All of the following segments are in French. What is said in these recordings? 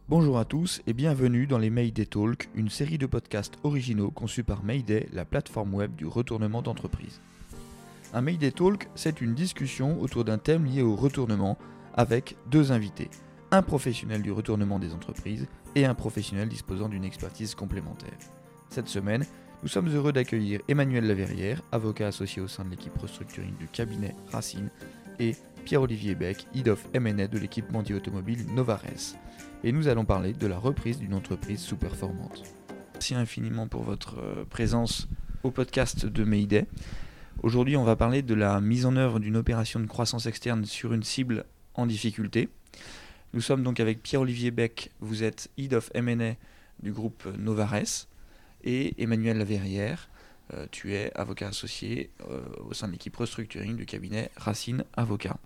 Bonjour à tous et bienvenue dans les Mayday Talk, une série de podcasts originaux conçus par Mayday, la plateforme web du retournement d'entreprise. Un Mayday Talk, c'est une discussion autour d'un thème lié au retournement avec deux invités, un professionnel du retournement des entreprises et un professionnel disposant d'une expertise complémentaire. Cette semaine, nous sommes heureux d'accueillir Emmanuel Laverrière, avocat associé au sein de l'équipe restructuring du cabinet Racine, et Pierre-Olivier Beck, Head of M&A de l'équipementier automobile Novares. Et nous allons parler de la reprise d'une entreprise sous-performante. Merci infiniment pour votre présence au podcast de Mayday. Aujourd'hui, on va parler de la mise en œuvre d'une opération de croissance externe sur une cible en difficulté. Nous sommes donc avec Pierre-Olivier Beck, vous êtes Head of M&A du groupe Novares, et Emmanuel Laverrière, tu es avocat associé au sein de l'équipe restructuring du cabinet Racine Avocat.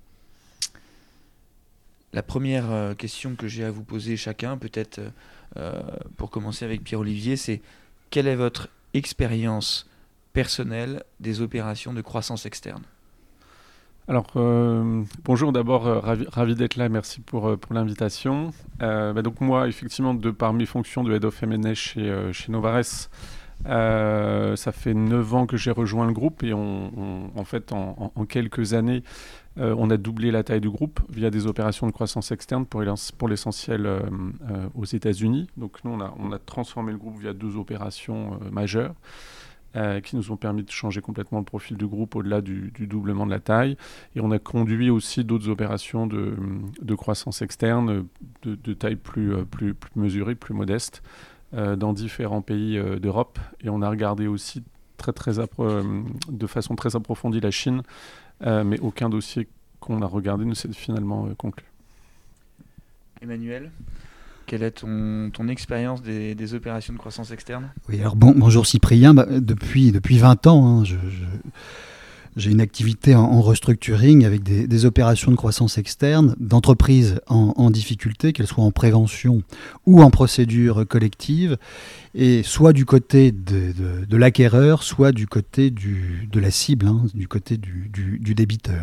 La première question que j'ai à vous poser chacun, peut-être pour commencer avec Pierre-Olivier, c'est quelle est votre expérience personnelle des opérations de croissance externe ? Alors, bonjour d'abord, ravi d'être là, merci pour l'invitation. Donc moi, effectivement, de par mes fonctions de Head of M&A chez Novares, ça fait 9 ans que j'ai rejoint le groupe et en quelques années, on a doublé la taille du groupe via des opérations de croissance externe pour l'essentiel aux États-Unis. Donc nous, on a transformé le groupe via 2 opérations majeures qui nous ont permis de changer complètement le profil du groupe au-delà du doublement de la taille. Et on a conduit aussi d'autres opérations de croissance externe de taille plus mesurée, plus modeste, dans différents pays d'Europe. Et on a regardé aussi de façon très approfondie la Chine, mais aucun dossier qu'on a regardé ne s'est finalement conclu. Emmanuel, quelle est ton expérience des opérations de croissance externe ? Oui, alors bonjour Cyprien. Depuis 20 ans, j'ai une activité en restructuring avec des opérations de croissance externe d'entreprises en difficulté, qu'elles soient en prévention ou en procédure collective, et soit du côté de l'acquéreur, soit du côté de la cible, du côté du débiteur.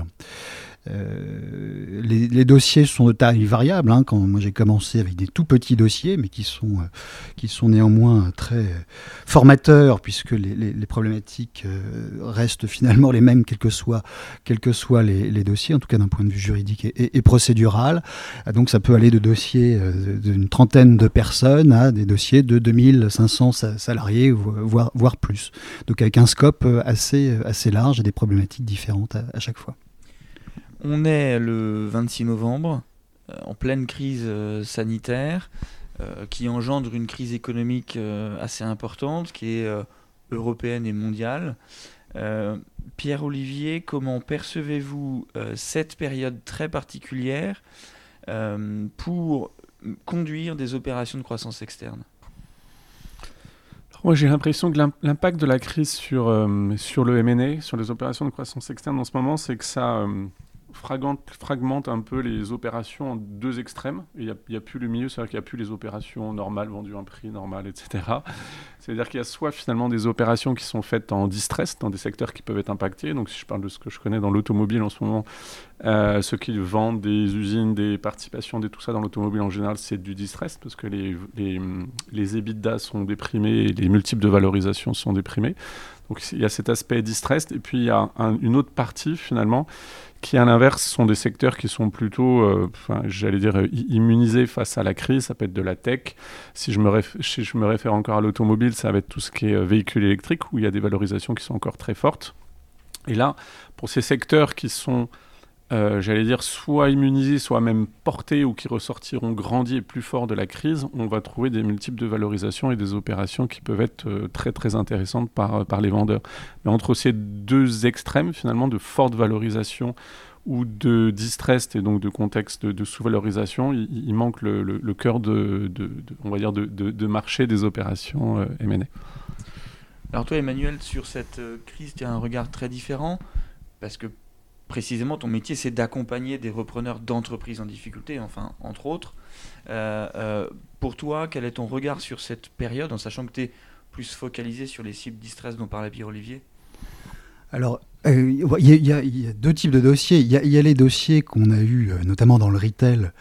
Les dossiers sont de taille variable. Quand moi j'ai commencé avec des tout petits dossiers, mais qui sont néanmoins très formateurs, puisque les problématiques restent finalement les mêmes, quels que soient les dossiers, en tout cas d'un point de vue juridique et procédural. Donc ça peut aller de dossiers d'une trentaine de personnes à des dossiers de 2500 salariés, voire plus. Donc avec un scope assez large et des problématiques différentes à chaque fois. On est le 26 novembre, en pleine crise sanitaire, qui engendre une crise économique assez importante, qui est européenne et mondiale. Pierre-Olivier, comment percevez-vous cette période très particulière pour conduire des opérations de croissance externe ? Moi, j'ai l'impression que l'impact de la crise sur le M&A, sur les opérations de croissance externe en ce moment, c'est que ça fragmente un peu les opérations en 2 extrêmes. Il n'y a plus le milieu, c'est-à-dire qu'il n'y a plus les opérations normales, vendues à un prix normal, etc. C'est-à-dire qu'il y a soit finalement des opérations qui sont faites en distress, dans des secteurs qui peuvent être impactés. Donc si je parle de ce que je connais dans l'automobile en ce moment, ceux qui vendent des usines, des participations, tout ça dans l'automobile en général, c'est du distress, parce que les EBITDA sont déprimés et les multiples de valorisation sont déprimés. Donc il y a cet aspect distress, et puis il y a une autre partie finalement qui, à l'inverse, sont des secteurs qui sont plutôt, immunisés face à la crise. Ça peut être de la tech. Si je me réfère encore à l'automobile, ça va être tout ce qui est véhicules électriques, où il y a des valorisations qui sont encore très fortes. Et là, pour ces secteurs qui sont, soit immunisés, soit même portés, ou qui ressortiront grandis et plus forts de la crise, on va trouver des multiples de valorisation et des opérations qui peuvent être très très intéressantes par les vendeurs. Mais entre ces 2 extrêmes, finalement, de forte valorisation ou de distress, et donc de contexte de sous-valorisation, il manque le cœur de marché des opérations M&A. Alors toi, Emmanuel, sur cette crise, tu as un regard très différent, parce que précisément, ton métier, c'est d'accompagner des repreneurs d'entreprises en difficulté, enfin, entre autres. Pour toi, quel est ton regard sur cette période, en sachant que tu es plus focalisé sur les cibles distress dont parlait Pierre-Olivier ? Alors, il y a 2 types de dossiers. Il y a les dossiers qu'on a eus, notamment dans le retail,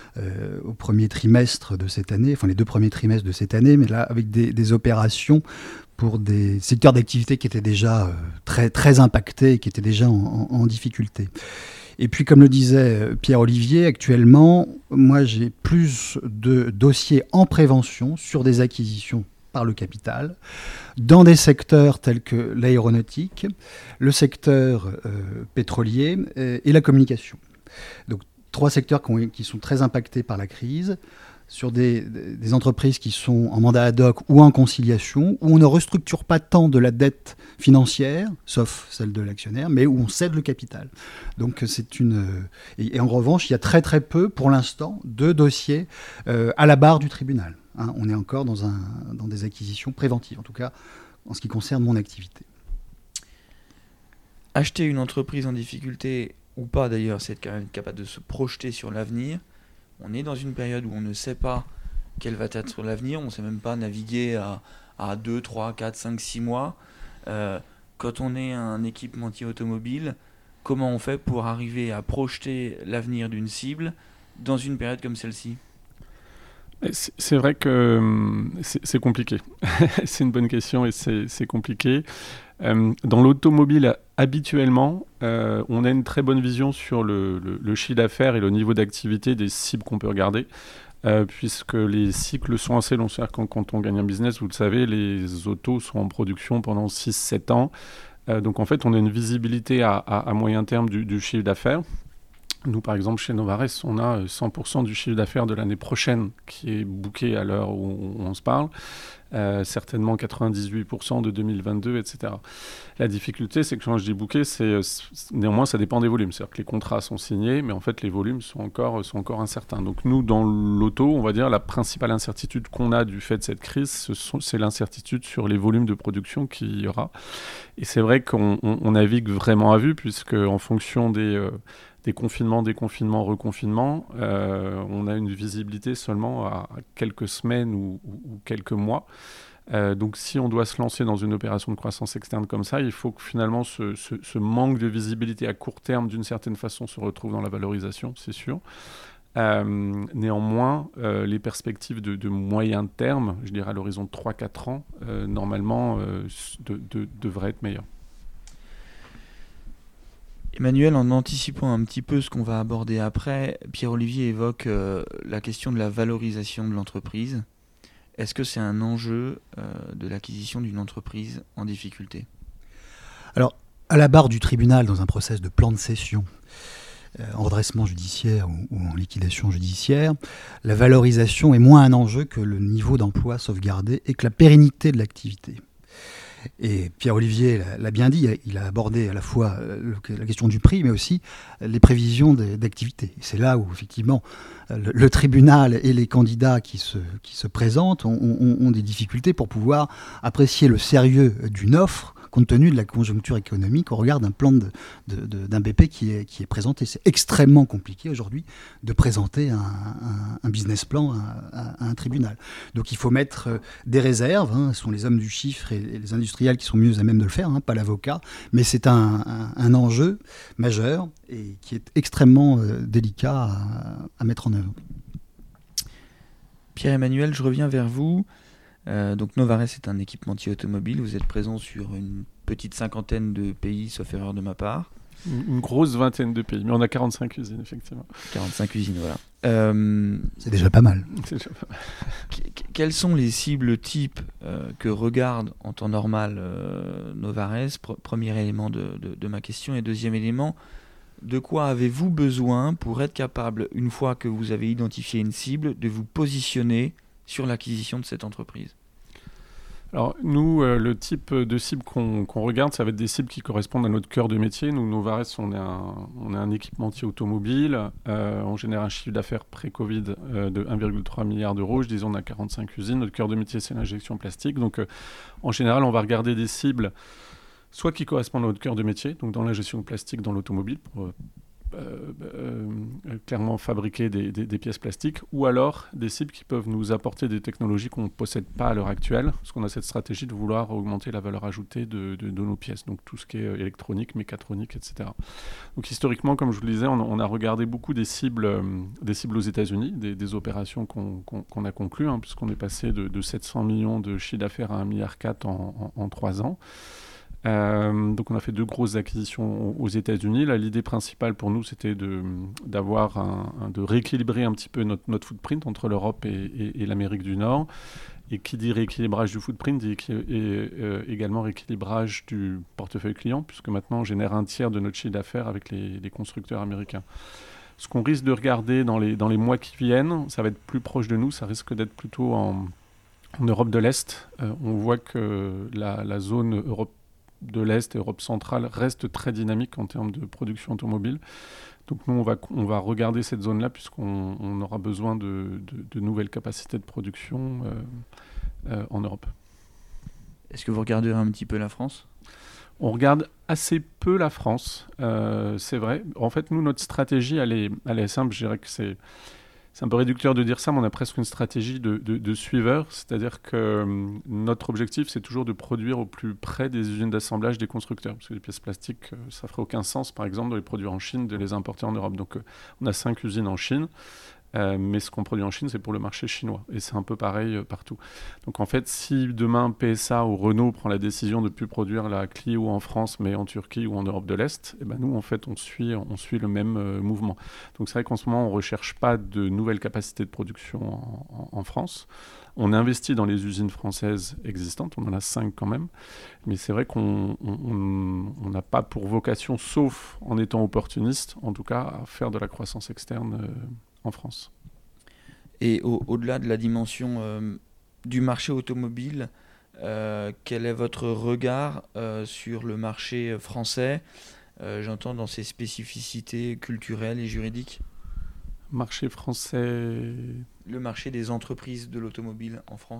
au premier trimestre de cette année, enfin les 2 premiers trimestres de cette année, mais là avec des opérations pour des secteurs d'activité qui étaient déjà très, très impactés et qui étaient déjà en difficulté. Et puis, comme le disait Pierre-Olivier, actuellement, moi, j'ai plus de dossiers en prévention sur des acquisitions par le capital, dans des secteurs tels que l'aéronautique, le secteur pétrolier et la communication. Donc, 3 secteurs qui sont très impactés par la crise, sur des entreprises qui sont en mandat ad hoc ou en conciliation, où on ne restructure pas tant de la dette financière, sauf celle de l'actionnaire, mais où on cède le capital. Donc et en revanche, il y a très très peu, pour l'instant, de dossiers à la barre du tribunal. Hein, on est encore dans des acquisitions préventives, en tout cas en ce qui concerne mon activité. Acheter une entreprise en difficulté, ou pas d'ailleurs, c'est quand même capable de se projeter sur l'avenir. On est dans une période où on ne sait pas quel va être l'avenir, on ne sait même pas naviguer à 2, 3, 4, 5, 6 mois. Quand on est un équipementier automobile, comment on fait pour arriver à projeter l'avenir d'une cible dans une période comme celle-ci ? C'est vrai que c'est compliqué. C'est une bonne question et c'est compliqué. Dans l'automobile, habituellement, on a une très bonne vision sur le chiffre d'affaires et le niveau d'activité des cibles qu'on peut regarder, puisque les cycles sont assez longs. C'est-à-dire quand on gagne un business, vous le savez, les autos sont en production pendant 6-7 ans. Donc en fait, on a une visibilité à moyen terme du chiffre d'affaires. Nous, par exemple, chez Novares, on a 100% du chiffre d'affaires de l'année prochaine qui est booké à l'heure où on se parle. Certainement 98% de 2022, etc. La difficulté, c'est que quand je dis booké, néanmoins, ça dépend des volumes. C'est-à-dire que les contrats sont signés, mais en fait, les volumes sont encore incertains. Donc nous, dans l'auto, on va dire, la principale incertitude qu'on a du fait de cette crise, c'est l'incertitude sur les volumes de production qu'il y aura. Et c'est vrai qu'on navigue vraiment à vue, puisque en fonction des confinements, déconfinements, reconfinements, on a une visibilité seulement à quelques semaines ou quelques mois. Donc si on doit se lancer dans une opération de croissance externe comme ça, il faut que finalement ce manque de visibilité à court terme, d'une certaine façon, se retrouve dans la valorisation, c'est sûr. Néanmoins, les perspectives de moyen terme, je dirais à l'horizon de 3-4 ans, normalement, devraient être meilleures. Emmanuel, en anticipant un petit peu ce qu'on va aborder après, Pierre-Olivier évoque la question de la valorisation de l'entreprise. Est-ce que c'est un enjeu de l'acquisition d'une entreprise en difficulté ? Alors, à la barre du tribunal, dans un process de plan de cession, en redressement judiciaire ou en liquidation judiciaire, la valorisation est moins un enjeu que le niveau d'emploi sauvegardé et que la pérennité de l'activité. Et Pierre-Olivier l'a bien dit, il a abordé à la fois la question du prix, mais aussi les prévisions d'activité. Et c'est là où, effectivement, le tribunal et les candidats qui se présentent ont des difficultés pour pouvoir apprécier le sérieux d'une offre compte tenu de la conjoncture économique au regard d'un plan d'un BP qui est présenté. C'est extrêmement compliqué aujourd'hui de présenter un business plan à un tribunal. Donc il faut mettre des réserves, hein, ce sont les hommes du chiffre et les industriels qui sont mieux à même de le faire, hein, pas l'avocat, mais c'est un enjeu majeur et qui est extrêmement délicat à mettre en œuvre. Pierre-Emmanuel, je reviens vers vous. Donc Novares est un équipementier automobile, vous êtes présent sur une petite 50aine de pays, sauf erreur de ma part. Une grosse 20aine de pays, mais on a 45 usines, effectivement. 45 usines, voilà. C'est déjà pas mal. Quelles sont les cibles types que regarde en temps normal Novares ? Premier élément de ma question. Et deuxième élément, de quoi avez-vous besoin pour être capable, une fois que vous avez identifié une cible, de vous positionner sur l'acquisition de cette entreprise ? Alors nous, le type de cible qu'on regarde, ça va être des cibles qui correspondent à notre cœur de métier. Nous, Novares, on est un équipementier automobile. On génère un chiffre d'affaires pré-Covid de 1,3 milliard d'euros. Je disais, on a 45 usines. Notre cœur de métier, c'est l'injection plastique. Donc en général, on va regarder des cibles soit qui correspondent à notre cœur de métier, donc dans l'injection plastique dans l'automobile, pour clairement fabriquer des pièces plastiques, ou alors des cibles qui peuvent nous apporter des technologies qu'on ne possède pas à l'heure actuelle, parce qu'on a cette stratégie de vouloir augmenter la valeur ajoutée de nos pièces, donc tout ce qui est électronique, mécatronique, etc. Donc historiquement, comme je vous le disais, on a regardé beaucoup des cibles aux États-Unis, des opérations qu'on a conclues, puisqu'on est passé de 700 millions de chiffre d'affaires à 1,4 milliard en 3 ans. Donc on a fait 2 grosses acquisitions aux États-Unis. Là, l'idée principale pour nous, c'était de rééquilibrer un petit peu notre footprint entre l'Europe et l'Amérique du Nord. Et qui dit rééquilibrage du footprint dit également rééquilibrage du portefeuille client, puisque maintenant on génère un tiers de notre chiffre d'affaires avec les constructeurs américains. Ce qu'on risque de regarder dans les mois qui viennent, ça va être plus proche de nous, ça risque d'être plutôt en Europe de l'Est. On voit que la zone Europe de l'Est et Europe centrale reste très dynamique en termes de production automobile. Donc nous, on va regarder cette zone-là puisqu'on aura besoin de nouvelles capacités de production en Europe. Est-ce que vous regardez un petit peu la France ? On regarde assez peu la France, c'est vrai. En fait, nous, notre stratégie, elle est simple. Je dirais que c'est un peu réducteur de dire ça, mais on a presque une stratégie de suiveur. C'est-à-dire que notre objectif, c'est toujours de produire au plus près des usines d'assemblage des constructeurs. Parce que les pièces plastiques, ça ferait aucun sens, par exemple, de les produire en Chine, de les importer en Europe. Donc, on a 5 usines en Chine. Mais ce qu'on produit en Chine, c'est pour le marché chinois. Et c'est un peu pareil partout. Donc en fait, si demain PSA ou Renault prend la décision de ne plus produire la Clio en France, mais en Turquie ou en Europe de l'Est, eh ben nous, en fait, on suit le même mouvement. Donc c'est vrai qu'en ce moment, on ne recherche pas de nouvelles capacités de production en France. On investit dans les usines françaises existantes, on en a 5 quand même. Mais c'est vrai qu'on n'a pas pour vocation, sauf en étant opportuniste, en tout cas, à faire de la croissance externe en France. Et au-delà de la dimension du marché automobile, quel est votre regard sur le marché français, j'entends dans ses spécificités culturelles et juridiques ? Marché français... Le marché des entreprises de l'automobile en France ?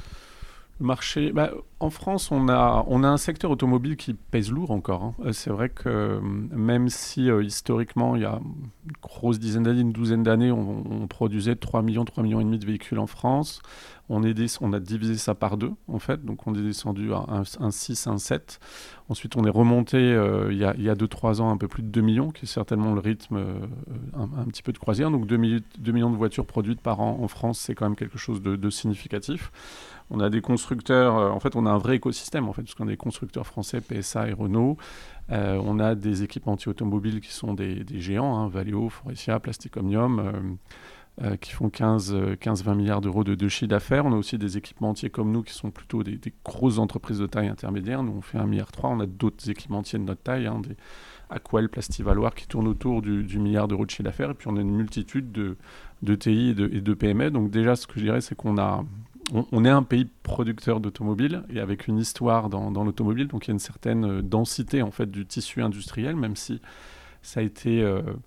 Marché, en France, on a un secteur automobile qui pèse lourd encore. C'est vrai que même si historiquement, il y a une grosse dizaine d'années, une douzaine d'années, on produisait 3 millions et demi de véhicules en France. On a divisé ça par 2, en fait. Donc, on est descendu à un 6, un 7. Ensuite, on est remonté, il y a 2-3 ans, un peu plus de 2 millions, qui est certainement le rythme un petit peu de croisière. Donc, 2 millions de voitures produites par an en France, c'est quand même quelque chose de significatif. On a des constructeurs, en fait, on a un vrai écosystème, en fait, parce qu'on a des constructeurs français, PSA et Renault. On a des équipementiers automobiles qui sont des géants, Valeo, Faurecia, Plastic Omnium, qui font 15-20 milliards d'euros de chiffre d'affaires. On a aussi des équipementiers comme nous qui sont plutôt des grosses entreprises de taille intermédiaire. Nous, on fait 1,3 milliard. On a d'autres équipementiers de notre taille, des Aquel, Plastivaloir, qui tournent autour du milliard d'euros de chiffre d'affaires. Et puis, on a une multitude de TI et de PME. Donc déjà, ce que je dirais, c'est qu'on est un pays producteur d'automobiles et avec une histoire dans l'automobile. Donc, il y a une certaine densité, en fait, du tissu industriel, même si ça a été...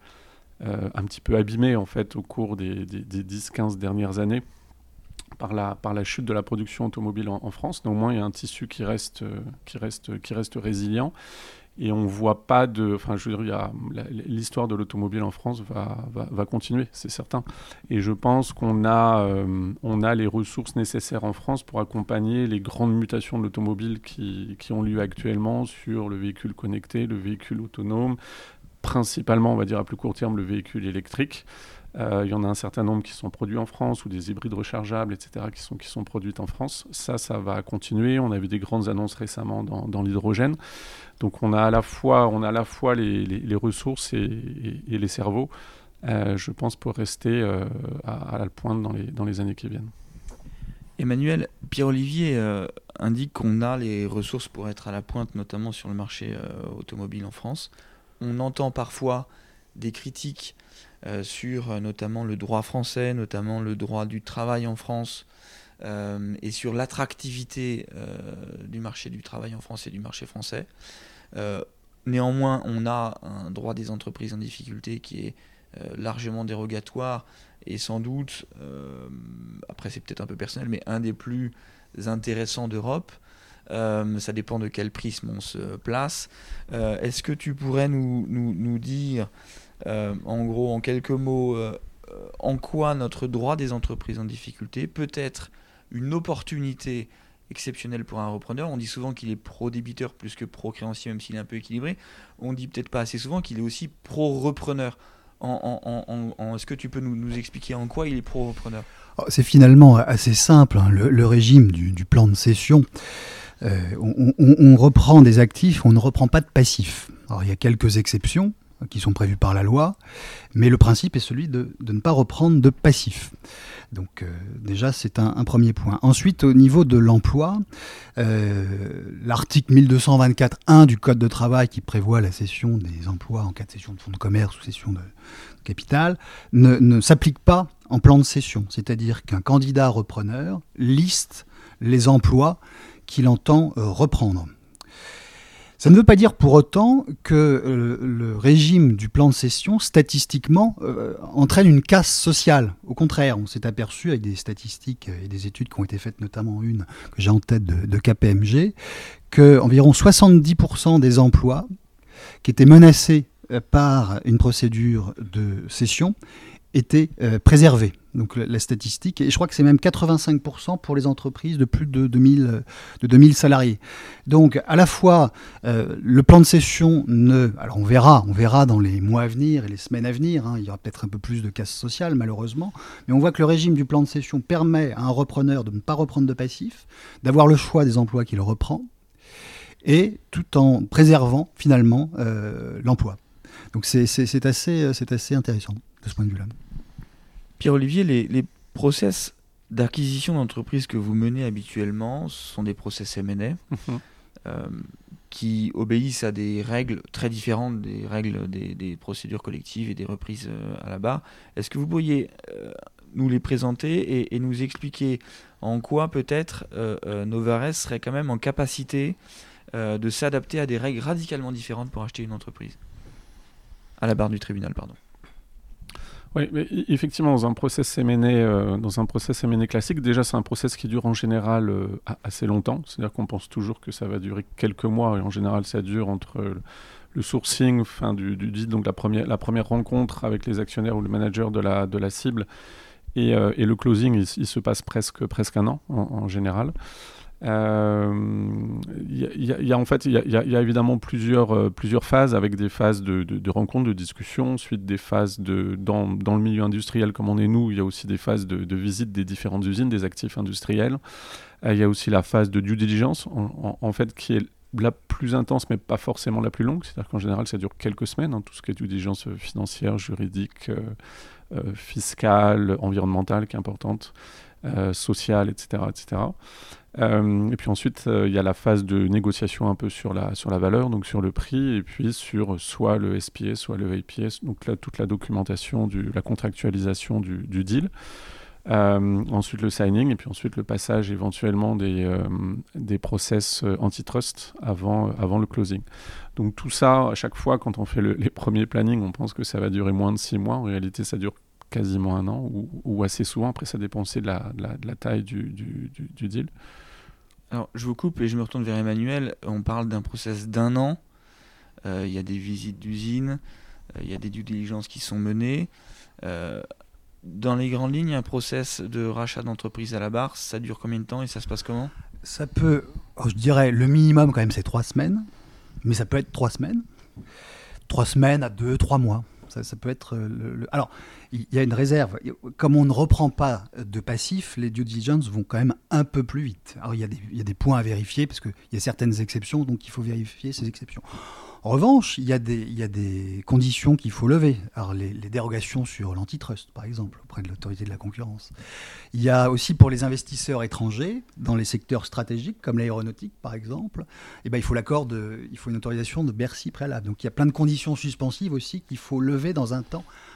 un petit peu abîmé en fait au cours des 10-15 dernières années par la chute de la production automobile en France. Néanmoins, il y a un tissu qui reste résilient et on voit pas l'histoire de l'automobile en France va continuer, c'est certain. Et je pense qu'on a les ressources nécessaires en France pour accompagner les grandes mutations de l'automobile qui ont lieu actuellement sur le véhicule connecté, le véhicule autonome, principalement, on va dire à plus court terme, le véhicule électrique. Il y en a un certain nombre qui sont produits en France ou des hybrides rechargeables, etc., qui sont produites en France. Ça va continuer. On a vu des grandes annonces récemment dans l'hydrogène. Donc on a à la fois les ressources et les cerveaux, je pense, pour rester à la pointe dans les années qui viennent. Emmanuel, Pierre-Olivier indique qu'on a les ressources pour être à la pointe, notamment sur le marché automobile en France. On entend parfois des critiques sur notamment le droit français, notamment le droit du travail en France et sur l'attractivité du marché du travail en France et du marché français. Néanmoins, on a un droit des entreprises en difficulté qui est largement dérogatoire et sans doute, après c'est peut-être un peu personnel, mais un des plus intéressants d'Europe. Ça dépend de quel prisme on se place. Est-ce que tu pourrais nous dire En gros, en quelques mots, en quoi notre droit des entreprises en difficulté peut être une opportunité exceptionnelle pour un repreneur. On dit souvent qu'il est pro-débiteur plus que pro-créancier, même s'il est un peu équilibré. On dit peut-être pas assez souvent qu'il est aussi pro-repreneur. Est-ce que tu peux nous expliquer en quoi il est pro-repreneur ? C'est finalement assez simple, hein. Le régime du plan de cession, on reprend des actifs, on ne reprend pas de passifs. Alors il y a quelques exceptions qui sont prévues par la loi, mais le principe est celui de ne pas reprendre de passifs. Donc déjà c'est un premier point. Ensuite, au niveau de l'emploi, l'article 1224.1 du Code de travail qui prévoit la cession des emplois en cas de cession de fonds de commerce ou cession de capital ne s'applique pas en plan de cession. C'est-à-dire qu'un candidat repreneur liste les emplois qu'il entend reprendre. Ça ne veut pas dire pour autant que le régime du plan de cession, statistiquement, entraîne une casse sociale. Au contraire, on s'est aperçu avec des statistiques et des études qui ont été faites, notamment une que j'ai en tête de KPMG, qu'environ 70% des emplois qui étaient menacés par une procédure de cession étaient préservés. Donc la statistique, et je crois que c'est même 85% pour les entreprises de plus de 2000 salariés. Donc à la fois, le plan de cession alors on verra dans les mois à venir et les semaines à venir, hein, il y aura peut-être un peu plus de casse sociale malheureusement, mais on voit que le régime du plan de cession permet à un repreneur de ne pas reprendre de passif, d'avoir le choix des emplois qu'il reprend, et tout en préservant finalement l'emploi. Donc c'est assez intéressant de ce point de vue-là. Pierre-Olivier, les process d'acquisition d'entreprise que vous menez habituellement sont des process M&A qui obéissent à des règles très différentes des règles des procédures collectives et des reprises à la barre. Est-ce que vous pourriez nous les présenter et nous expliquer en quoi peut-être Novares serait quand même en capacité de s'adapter à des règles radicalement différentes pour acheter une entreprise ? À la barre du tribunal, pardon. Oui, mais effectivement, dans un process M&A classique, déjà c'est un process qui dure en général assez longtemps. C'est-à-dire qu'on pense toujours que ça va durer quelques mois et en général ça dure entre le sourcing, du deal, donc la première rencontre avec les actionnaires ou le manager de la cible et le closing, il se passe presque un an en général. Il y a évidemment plusieurs phases avec des phases de rencontres, de discussions, ensuite des phases dans le milieu industriel comme on est nous, il y a aussi des phases de visite des différentes usines, des actifs industriels. Il y a aussi la phase de due diligence en fait qui est la plus intense mais pas forcément la plus longue, c'est-à-dire qu'en général ça dure quelques semaines, hein, tout ce qui est due diligence financière, juridique, fiscale, environnementale qui est importante, sociale, etc. Et puis ensuite, il y a la phase de négociation un peu sur la valeur, donc sur le prix, et puis sur soit le SPA, soit le APS, donc là, toute la documentation, la contractualisation du deal. Ensuite le signing, et puis ensuite le passage éventuellement des process antitrust avant le closing. Donc tout ça, à chaque fois, quand on fait les premiers plannings, on pense que ça va durer moins de 6 mois. En réalité, ça dure quasiment un an, ou assez souvent. Après, ça dépend aussi de la taille du deal. Alors, je vous coupe et je me retourne vers Emmanuel. On parle d'un process d'1 an. Il y a des visites d'usines, il y a des due diligence qui sont menées. Dans les grandes lignes, un process de rachat d'entreprise à la barre, ça dure combien de temps et ça se passe comment ? Ça peut, je dirais, le minimum quand même, c'est 3 semaines. Mais ça peut être 3 semaines. 3 semaines à 2-3 mois. Ça peut être Alors, il y a une réserve. Comme on ne reprend pas de passif, les due diligence vont quand même un peu plus vite. Alors, il y a des points à vérifier parce qu'il y a certaines exceptions, donc il faut vérifier ces exceptions. En revanche, il y a des conditions qu'il faut lever. Alors, les dérogations sur l'antitrust, par exemple, auprès de l'autorité de la concurrence. Il y a aussi pour les investisseurs étrangers, dans les secteurs stratégiques, comme l'aéronautique, par exemple, il faut une autorisation de Bercy préalable. Donc, il y a plein de conditions suspensives aussi qu'il faut lever dans un temps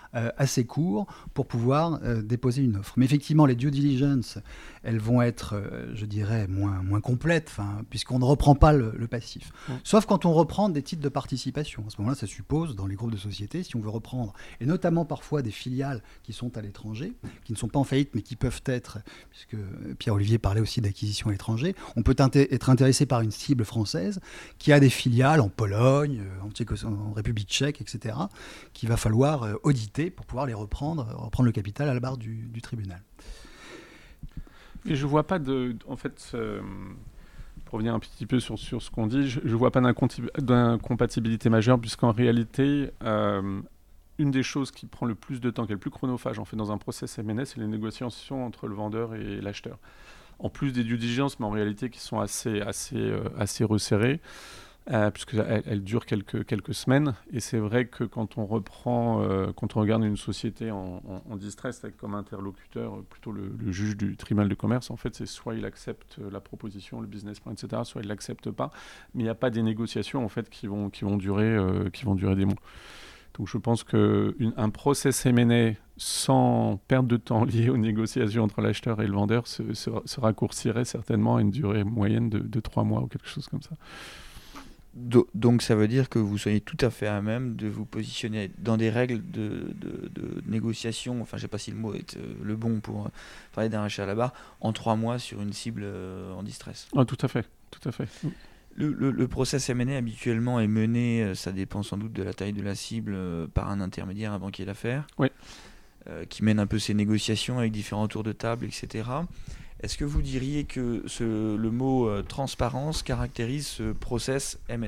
assez court pour pouvoir déposer une offre. Mais effectivement, les due diligence, elles vont être, je dirais, moins complètes, puisqu'on ne reprend pas le passif. Sauf quand on reprend des titres de participation. À ce moment-là, ça suppose, dans les groupes de sociétés, si on veut reprendre, et notamment parfois des filiales qui sont à l'étranger, qui ne sont pas en faillite, mais qui peuvent être, puisque Pierre-Olivier parlait aussi d'acquisition à l'étranger, on peut être intéressé par une cible française qui a des filiales en Pologne, en République tchèque, etc., qu'il va falloir auditer pour pouvoir les reprendre le capital à la barre du tribunal. Et je ne vois pas en fait, pour revenir un petit peu sur ce qu'on dit, je ne vois pas d'incompatibilité majeure, puisqu'en réalité, une des choses qui prend le plus de temps, qui est le plus chronophage en fait, dans un process M&A, c'est les négociations entre le vendeur et l'acheteur. En plus des due diligence, mais en réalité qui sont assez resserrées, puisqu'elle dure quelques semaines. Et c'est vrai que quand on regarde une société en distress avec comme interlocuteur plutôt le juge du tribunal de commerce, en fait, c'est soit il accepte la proposition, le business plan, etc., soit il ne l'accepte pas. Mais il n'y a pas des négociations en fait, qui vont durer des mois. Donc je pense qu'un process M&A sans perte de temps lié aux négociations entre l'acheteur et le vendeur se raccourcirait certainement à une durée moyenne de 3 mois ou quelque chose comme ça. Donc ça veut dire que vous soyez tout à fait à même de vous positionner dans des règles de négociation, enfin je ne sais pas si le mot est le bon pour parler d'un rachat à la barre, en 3 mois sur une cible en distress. Ah, tout à fait. Le process M&A habituellement est mené, ça dépend sans doute de la taille de la cible, par un intermédiaire, un banquier d'affaires, qui mène un peu ses négociations avec différents tours de table, etc. Est-ce que vous diriez que le mot transparence caractérise ce process M&A ?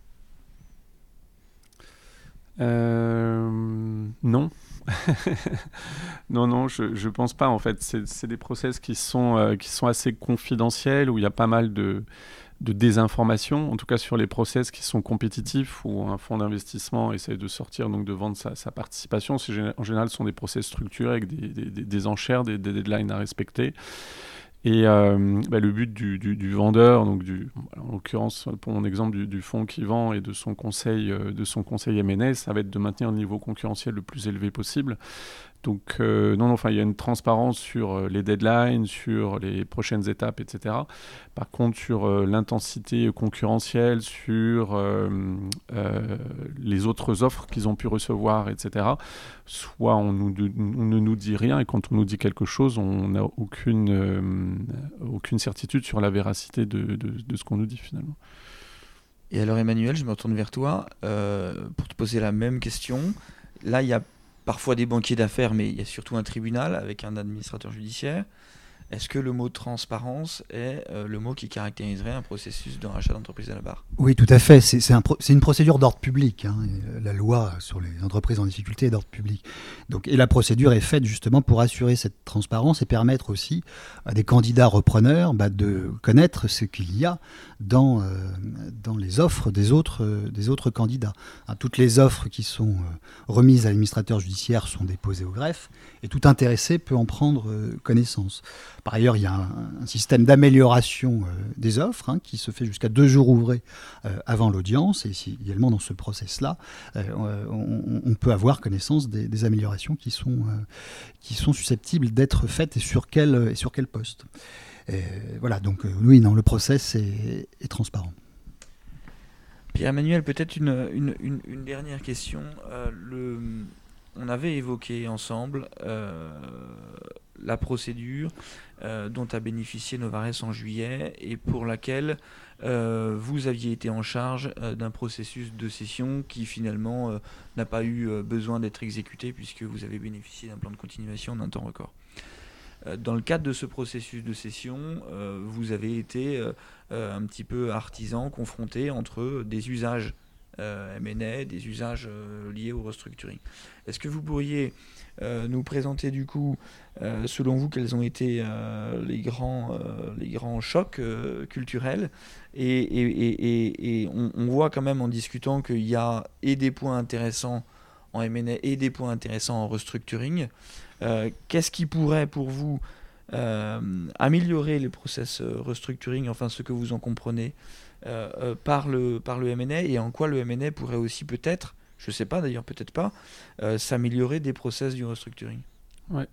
Non. non, je pense pas. En fait, c'est des process qui sont assez confidentiels, où il y a pas mal de désinformation, en tout cas sur les process qui sont compétitifs, où un fonds d'investissement essaie de sortir, donc de vendre sa participation. En général, ce sont des process structurés avec des enchères, des deadlines à respecter. Et le but du vendeur, donc en l'occurrence pour mon exemple du fonds qui vend et de son conseil M&A, ça va être de maintenir le niveau concurrentiel le plus élevé possible. Donc il y a une transparence sur les deadlines, sur les prochaines étapes, etc. Par contre, sur l'intensité concurrentielle, sur les autres offres qu'ils ont pu recevoir, etc., soit on ne nous dit rien, et quand on nous dit quelque chose, on n'a aucune certitude sur la véracité de ce qu'on nous dit finalement. Et alors Emmanuel, je me retourne vers toi pour te poser la même question. Là, il y a parfois des banquiers d'affaires, mais il y a surtout un tribunal avec un administrateur judiciaire. Est-ce que le mot transparence est le mot qui caractériserait un processus de rachat d'entreprise à la barre ? Oui, tout à fait. C'est une procédure d'ordre public. La loi sur les entreprises en difficulté est d'ordre public. Et la procédure est faite justement pour assurer cette transparence et permettre aussi à des candidats repreneurs de connaître ce qu'il y a dans les offres des autres candidats. Toutes les offres qui sont remises à l'administrateur judiciaire sont déposées au greffe, et tout intéressé peut en prendre connaissance. Par ailleurs, il y a un système d'amélioration des offres qui se fait jusqu'à 2 jours ouvrés avant l'audience. Et également dans ce process-là, on peut avoir connaissance des améliorations qui sont susceptibles d'être faites et sur quel poste. Voilà, donc le process est transparent. Pierre-Emmanuel, peut-être une dernière question. On avait évoqué ensemble la procédure dont a bénéficié Novares en juillet et pour laquelle vous aviez été en charge d'un processus de cession qui finalement n'a pas eu besoin d'être exécuté puisque vous avez bénéficié d'un plan de continuation en un temps record. Dans le cadre de ce processus de cession, vous avez été un petit peu artisan, confronté entre des usages M&A, des usages liés au restructuring. Est-ce que vous pourriez nous présenter du coup, selon vous, quels ont été les grands chocs culturels et on voit quand même en discutant qu'il y a et des points intéressants en M&A et des points intéressants en restructuring. Qu'est-ce qui pourrait pour vous améliorer les process restructuring, enfin ce que vous en comprenez par le M&A, et en quoi le M&A pourrait aussi peut-être je ne sais pas d'ailleurs, peut-être pas, s'améliorer des process du restructuring. Ouais.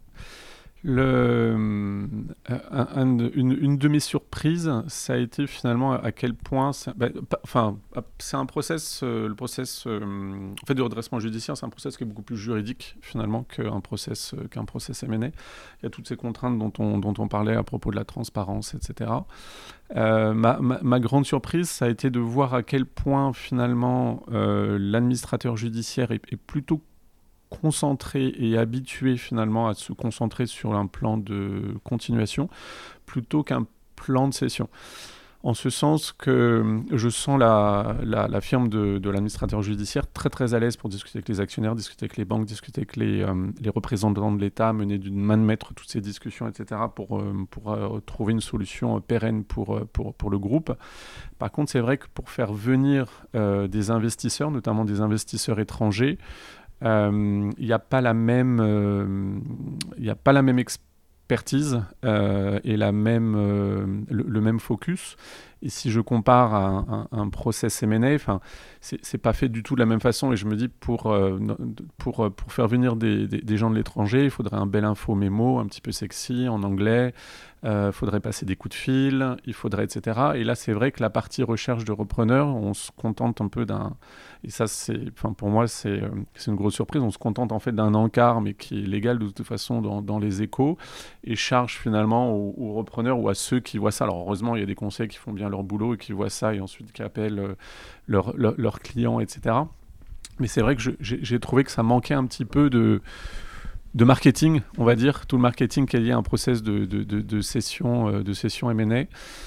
Une de mes surprises, ça a été finalement à quel point, c'est un process, le process en fait, de redressement judiciaire, c'est un process qui est beaucoup plus juridique finalement qu'un process M&A. Il y a toutes ces contraintes dont on parlait à propos de la transparence, etc. Ma grande surprise, ça a été de voir à quel point finalement l'administrateur judiciaire est plutôt concentré et habitué finalement à se concentrer sur un plan de continuation plutôt qu'un plan de cession. En ce sens que je sens la firme de l'administrateur judiciaire très très à l'aise pour discuter avec les actionnaires, discuter avec les banques, discuter avec les représentants de l'État, mener d'une main de maître toutes ces discussions, etc. pour trouver une solution pérenne pour le groupe. Par contre, c'est vrai que pour faire venir des investisseurs, notamment des investisseurs étrangers, il n'y a pas la même expertise et le même focus. Et si je compare à un process M&A, c'est pas fait du tout de la même façon. Et je me dis, pour faire venir des gens de l'étranger, il faudrait un bel info mémo, un petit peu sexy, en anglais. Il faudrait passer des coups de fil, il faudrait, etc. Et là, c'est vrai que la partie recherche de repreneurs, on se contente un peu d'un... Et ça, pour moi, c'est une grosse surprise. On se contente en fait d'un encart, mais qui est légal de toute façon dans les échos, et charge finalement aux repreneurs ou à ceux qui voient ça. Alors heureusement, il y a des conseils qui font bien leur boulot et qui voient ça et ensuite qui appellent leurs clients, etc. Mais c'est vrai que j'ai trouvé que ça manquait un petit peu de marketing, on va dire, tout le marketing qui est lié à un process de session M&A.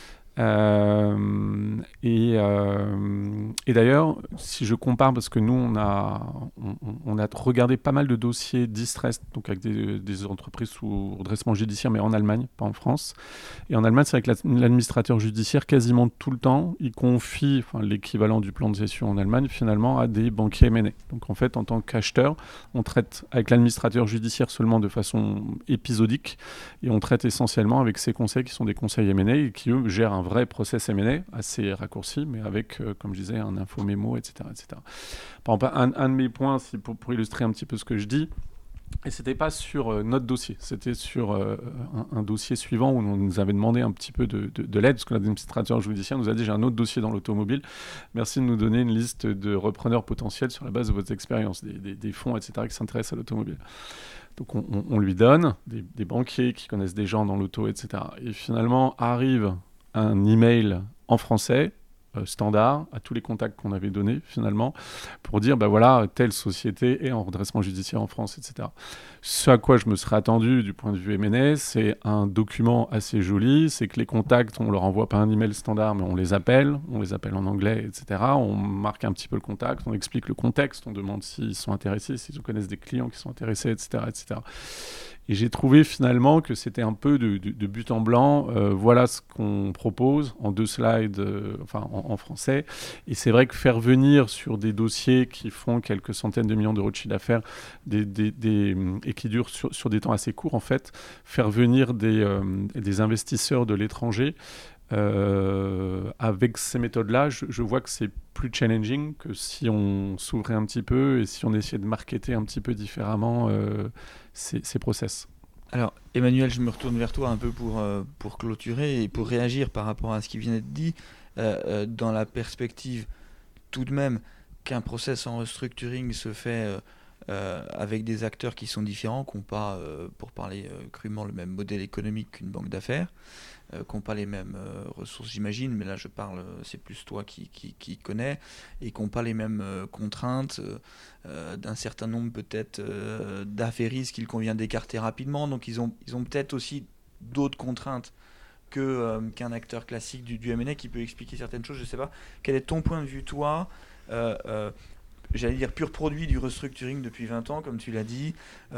Et d'ailleurs, si je compare, parce que nous, on a regardé pas mal de dossiers distress, donc avec des entreprises sous redressement judiciaire, mais en Allemagne, pas en France. Et en Allemagne, c'est vrai que l'administrateur judiciaire, quasiment tout le temps, il confie l'équivalent du plan de cession en Allemagne, finalement, à des banquiers M&A. Donc en fait, en tant qu'acheteur, on traite avec l'administrateur judiciaire seulement de façon épisodique, et on traite essentiellement avec ces conseils qui sont des conseils M&A et qui, eux, gèrent un vrai process M&A assez raccourci, mais avec, comme je disais, un info mémo, etc. etc. Par exemple, un de mes points, c'est pour illustrer un petit peu ce que je dis, et c'était pas sur notre dossier, c'était sur un dossier suivant où on nous avait demandé un petit peu de l'aide, parce que l'administrateur judiciaire nous a dit: j'ai un autre dossier dans l'automobile, merci de nous donner une liste de repreneurs potentiels sur la base de votre expérience, des fonds, etc., qui s'intéressent à l'automobile. Donc on lui donne des banquiers qui connaissent des gens dans l'auto, etc. Et finalement arrive un email en français, standard, à tous les contacts qu'on avait donnés finalement, pour dire voilà, telle société est en redressement judiciaire en France, etc. Ce à quoi je me serais attendu du point de vue M&A, c'est un document assez joli, c'est que les contacts, on leur envoie pas un email standard, mais on les appelle en anglais, etc. On marque un petit peu le contact, on explique le contexte, on demande s'ils sont intéressés, s'ils connaissent des clients qui sont intéressés, etc. etc. Et j'ai trouvé finalement que c'était un peu de but en blanc. Voilà ce qu'on propose en 2 slides, en français. Et c'est vrai que faire venir sur des dossiers qui font quelques centaines de millions d'euros de chiffre d'affaires et qui durent sur des temps assez courts, en fait, faire venir des investisseurs de l'étranger, avec ces méthodes-là, je vois que c'est plus challenging que si on s'ouvrait un petit peu et si on essayait de marketer un petit peu différemment ces process. Alors Emmanuel, je me retourne vers toi un peu pour clôturer et pour réagir par rapport à ce qui vient d'être dit, dans la perspective tout de même qu'un process en restructuring se fait avec des acteurs qui sont différents, qui n'ont pas, pour parler crûment, le même modèle économique qu'une banque d'affaires, qui n'ont pas les mêmes ressources, j'imagine, mais là je parle, c'est plus toi qui connais, et qui n'ont pas les mêmes contraintes, d'un certain nombre peut-être d'affairistes qu'il convient d'écarter rapidement, donc ils ont peut-être aussi d'autres contraintes qu'un acteur classique du M&A qui peut expliquer certaines choses. Je ne sais pas, quel est ton point de vue, toi, j'allais dire pur produit du restructuring depuis 20 ans, comme tu l'as dit,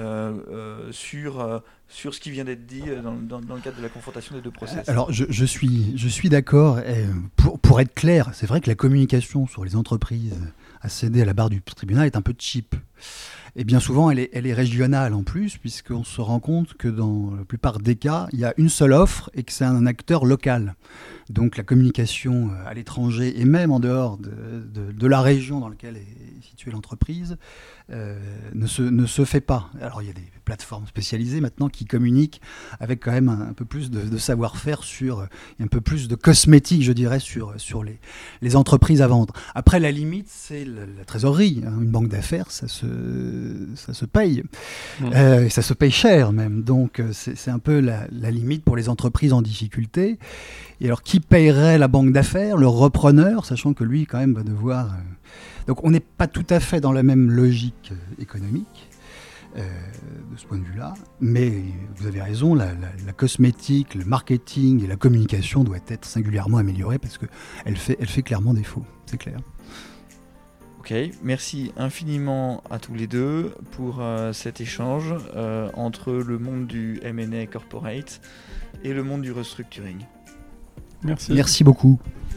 sur ce qui vient d'être dit dans le cadre de la confrontation des deux process. Alors, je suis d'accord. Pour être clair, c'est vrai que la communication sur les entreprises à céder à la barre du tribunal est un peu cheap. Et bien souvent, elle est régionale en plus, puisqu'on se rend compte que dans la plupart des cas, il y a une seule offre et que c'est un acteur local. Donc la communication à l'étranger et même en dehors de la région dans laquelle est située l'entreprise ne se fait pas. Alors il y a des plateformes spécialisées maintenant qui communiquent avec quand même un peu plus de savoir-faire et un peu plus de cosmétique, je dirais, sur les entreprises à vendre. Après, la limite, c'est la trésorerie. Une banque d'affaires, ça se paye. Et ça se paye cher même. Donc c'est un peu la limite pour les entreprises en difficulté. Et alors, qui payerait la banque d'affaires? Le repreneur, sachant que lui, quand même, va devoir... Donc, on n'est pas tout à fait dans la même logique économique de ce point de vue-là. Mais vous avez raison, la cosmétique, le marketing et la communication doivent être singulièrement améliorées parce qu'elle fait clairement défaut. C'est clair. Ok, merci infiniment à tous les deux pour cet échange entre le monde du M&A corporate et le monde du restructuring. Merci. Merci beaucoup.